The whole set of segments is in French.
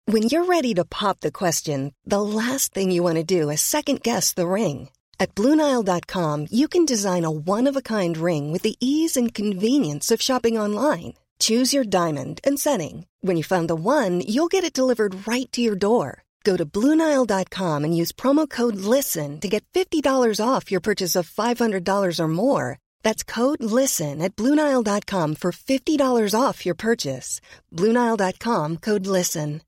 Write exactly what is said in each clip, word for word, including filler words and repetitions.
When you're ready to pop the question, the last thing you want to do is second-guess the ring. At Blue Nile dot com, you can design a one-of-a-kind ring with the ease and convenience of shopping online. Choose your diamond and setting. When you find the one, you'll get it delivered right to your door. Go to Blue Nile dot com and use promo code LISTEN to get fifty dollars off your purchase of five hundred dollars or more. That's code LISTEN at Blue Nile dot com for fifty dollars off your purchase. Blue Nile dot com, code LISTEN.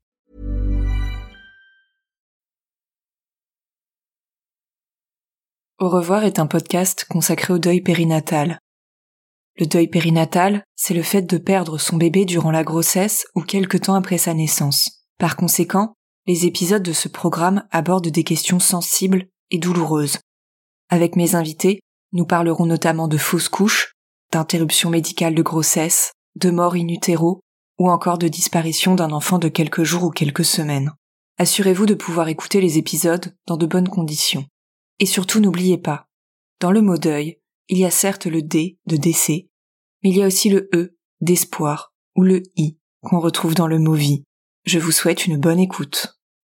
Au revoir est un podcast consacré au deuil périnatal. Le deuil périnatal, c'est le fait de perdre son bébé durant la grossesse ou quelque temps après sa naissance. Par conséquent, les épisodes de ce programme abordent des questions sensibles et douloureuses. Avec mes invités, nous parlerons notamment de fausses couches, d'interruption médicale de grossesse, de mort in utero ou encore de disparition d'un enfant de quelques jours ou quelques semaines. Assurez-vous de pouvoir écouter les épisodes dans de bonnes conditions. Et surtout n'oubliez pas, dans le mot deuil, il y a certes le D de décès, mais il y a aussi le E d'espoir ou le I qu'on retrouve dans le mot vie. Je vous souhaite une bonne écoute.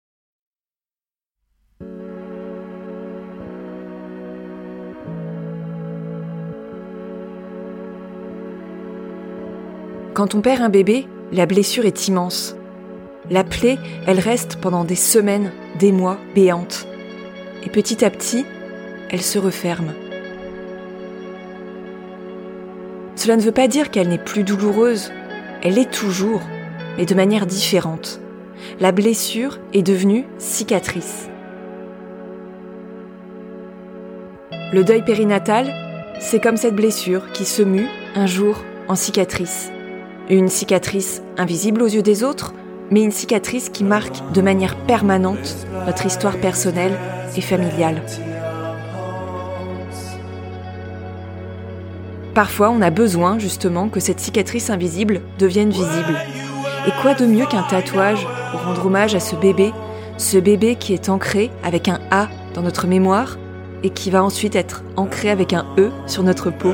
Quand on perd un bébé, la blessure est immense. La plaie, elle reste pendant des semaines, des mois, béante. Et petit à petit, elle se referme. Cela ne veut pas dire qu'elle n'est plus douloureuse, elle l'est toujours, mais de manière différente. La blessure est devenue cicatrice. Le deuil périnatal, c'est comme cette blessure qui se mue un jour en cicatrice. Une cicatrice invisible aux yeux des autres, mais une cicatrice qui marque de manière permanente notre histoire personnelle et familiale. Parfois, on a besoin justement que cette cicatrice invisible devienne visible. Et quoi de mieux qu'un tatouage pour rendre hommage à ce bébé, ce bébé qui est ancré avec un A dans notre mémoire et qui va ensuite être ancré avec un E sur notre peau.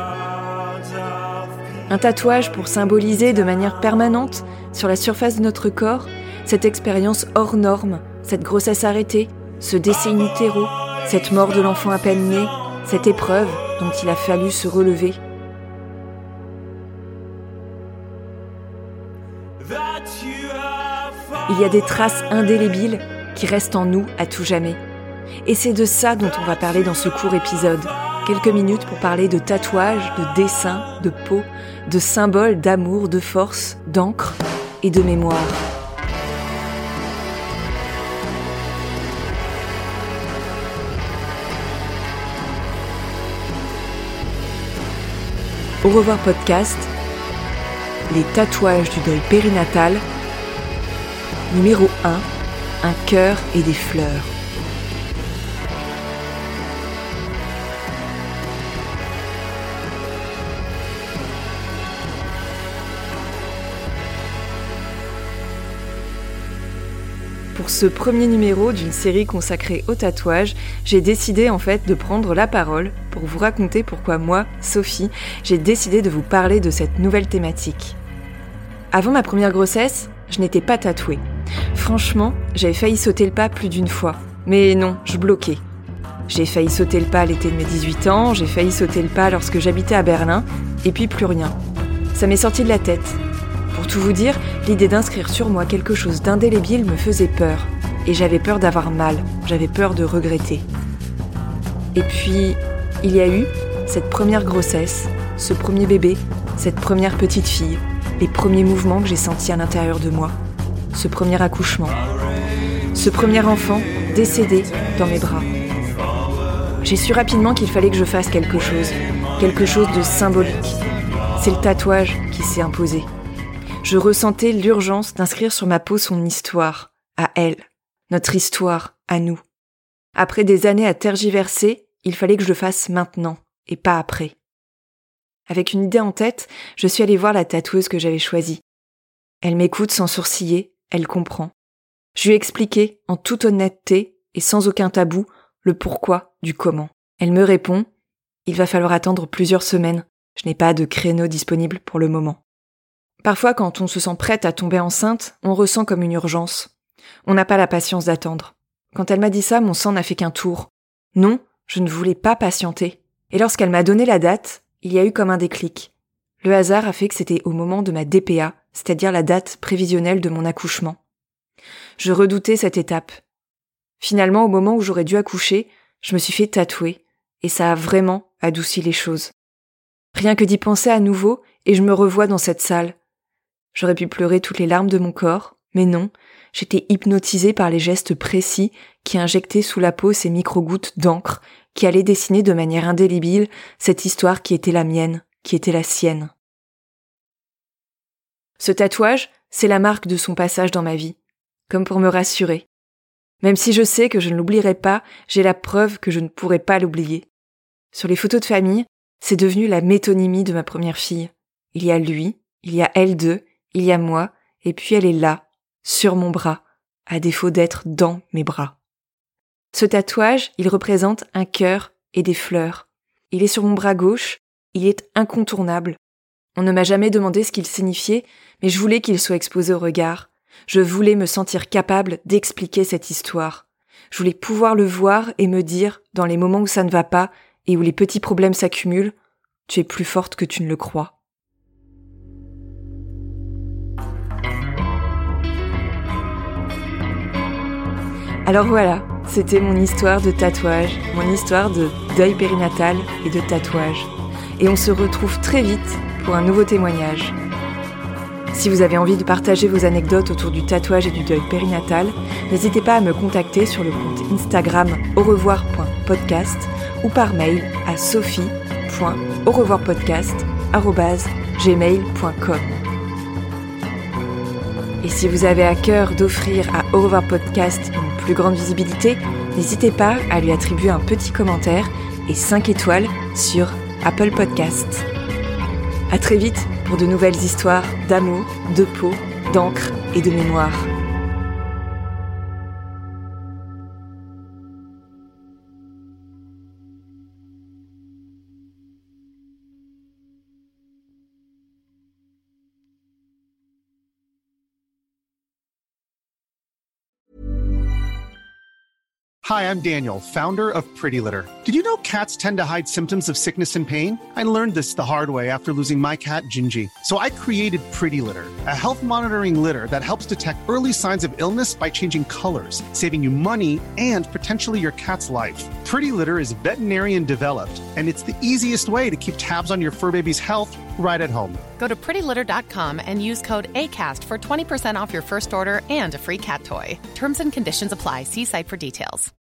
Un tatouage pour symboliser de manière permanente sur la surface de notre corps cette expérience hors norme, cette grossesse arrêtée, ce décès in utero, cette mort de l'enfant à peine né, cette épreuve dont il a fallu se relever. Il y a des traces indélébiles qui restent en nous à tout jamais. Et c'est de ça dont on va parler dans ce court épisode. Quelques minutes pour parler de tatouages, de dessins, de peau, de symboles d'amour, de force, d'encre et de mémoire. Au revoir podcast, les tatouages du deuil périnatal, numéro un, un cœur et des fleurs. Pour ce premier numéro d'une série consacrée au tatouage, j'ai décidé en fait de prendre la parole pour vous raconter pourquoi moi, Sophie, j'ai décidé de vous parler de cette nouvelle thématique. Avant ma première grossesse, je n'étais pas tatouée. Franchement, j'avais failli sauter le pas plus d'une fois. Mais non, je bloquais. J'ai failli sauter le pas à l'été de mes dix-huit ans, j'ai failli sauter le pas lorsque j'habitais à Berlin, et puis plus rien. Ça m'est sorti de la tête. Pour tout vous dire, l'idée d'inscrire sur moi quelque chose d'indélébile me faisait peur. Et j'avais peur d'avoir mal, j'avais peur de regretter. Et puis, il y a eu cette première grossesse, ce premier bébé, cette première petite fille, les premiers mouvements que j'ai sentis à l'intérieur de moi, ce premier accouchement, ce premier enfant décédé dans mes bras. J'ai su rapidement qu'il fallait que je fasse quelque chose, quelque chose de symbolique. C'est le tatouage qui s'est imposé. Je ressentais l'urgence d'inscrire sur ma peau son histoire, à elle, notre histoire, à nous. Après des années à tergiverser, il fallait que je le fasse maintenant, et pas après. Avec une idée en tête, je suis allée voir la tatoueuse que j'avais choisie. Elle m'écoute sans sourciller, elle comprend. Je lui ai expliqué, en toute honnêteté et sans aucun tabou, le pourquoi du comment. Elle me répond « Il va falloir attendre plusieurs semaines. Je n'ai pas de créneau disponible pour le moment. » Parfois, quand on se sent prête à tomber enceinte, on ressent comme une urgence. On n'a pas la patience d'attendre. Quand elle m'a dit ça, mon sang n'a fait qu'un tour. Non, je ne voulais pas patienter. Et lorsqu'elle m'a donné la date, il y a eu comme un déclic. Le hasard a fait que c'était au moment de ma D P A, c'est-à-dire la date prévisionnelle de mon accouchement. Je redoutais cette étape. Finalement, au moment où j'aurais dû accoucher, je me suis fait tatouer, et ça a vraiment adouci les choses. Rien que d'y penser à nouveau, et je me revois dans cette salle. J'aurais pu pleurer toutes les larmes de mon corps, mais non, j'étais hypnotisée par les gestes précis qui injectaient sous la peau ces micro-gouttes d'encre qui allaient dessiner de manière indélébile cette histoire qui était la mienne, qui était la sienne. Ce tatouage, c'est la marque de son passage dans ma vie, comme pour me rassurer. Même si je sais que je ne l'oublierai pas, j'ai la preuve que je ne pourrai pas l'oublier. Sur les photos de famille, c'est devenu la métonymie de ma première fille. Il y a lui, il y a elle deux, il y a moi, et puis elle est là, sur mon bras, à défaut d'être dans mes bras. Ce tatouage, il représente un cœur et des fleurs. Il est sur mon bras gauche, il est incontournable. On ne m'a jamais demandé ce qu'il signifiait, mais je voulais qu'il soit exposé au regard. Je voulais me sentir capable d'expliquer cette histoire. Je voulais pouvoir le voir et me dire, dans les moments où ça ne va pas et où les petits problèmes s'accumulent, tu es plus forte que tu ne le crois. Alors voilà, c'était mon histoire de tatouage, mon histoire de deuil périnatal et de tatouage. Et on se retrouve très vite pour un nouveau témoignage. Si vous avez envie de partager vos anecdotes autour du tatouage et du deuil périnatal, n'hésitez pas à me contacter sur le compte Instagram au revoir point podcast ou par mail à sophie point au revoir podcast arobase gmail point com. Et si vous avez à cœur d'offrir à Au revoir podcast une plus grande visibilité, n'hésitez pas à lui attribuer un petit commentaire et cinq étoiles sur Apple Podcasts. À très vite pour de nouvelles histoires d'amour, de peau, d'encre et de mémoire. Hi, I'm Daniel, founder of Pretty Litter. Did you know cats tend to hide symptoms of sickness and pain? I learned this the hard way after losing my cat, Gingy. So I created Pretty Litter, a health monitoring litter that helps detect early signs of illness by changing colors, saving you money and potentially your cat's life. Pretty Litter is veterinarian developed, and it's the easiest way to keep tabs on your fur baby's health right at home. Go to pretty litter dot com and use code ACAST for twenty percent off your first order and a free cat toy. Terms and conditions apply. See site for details.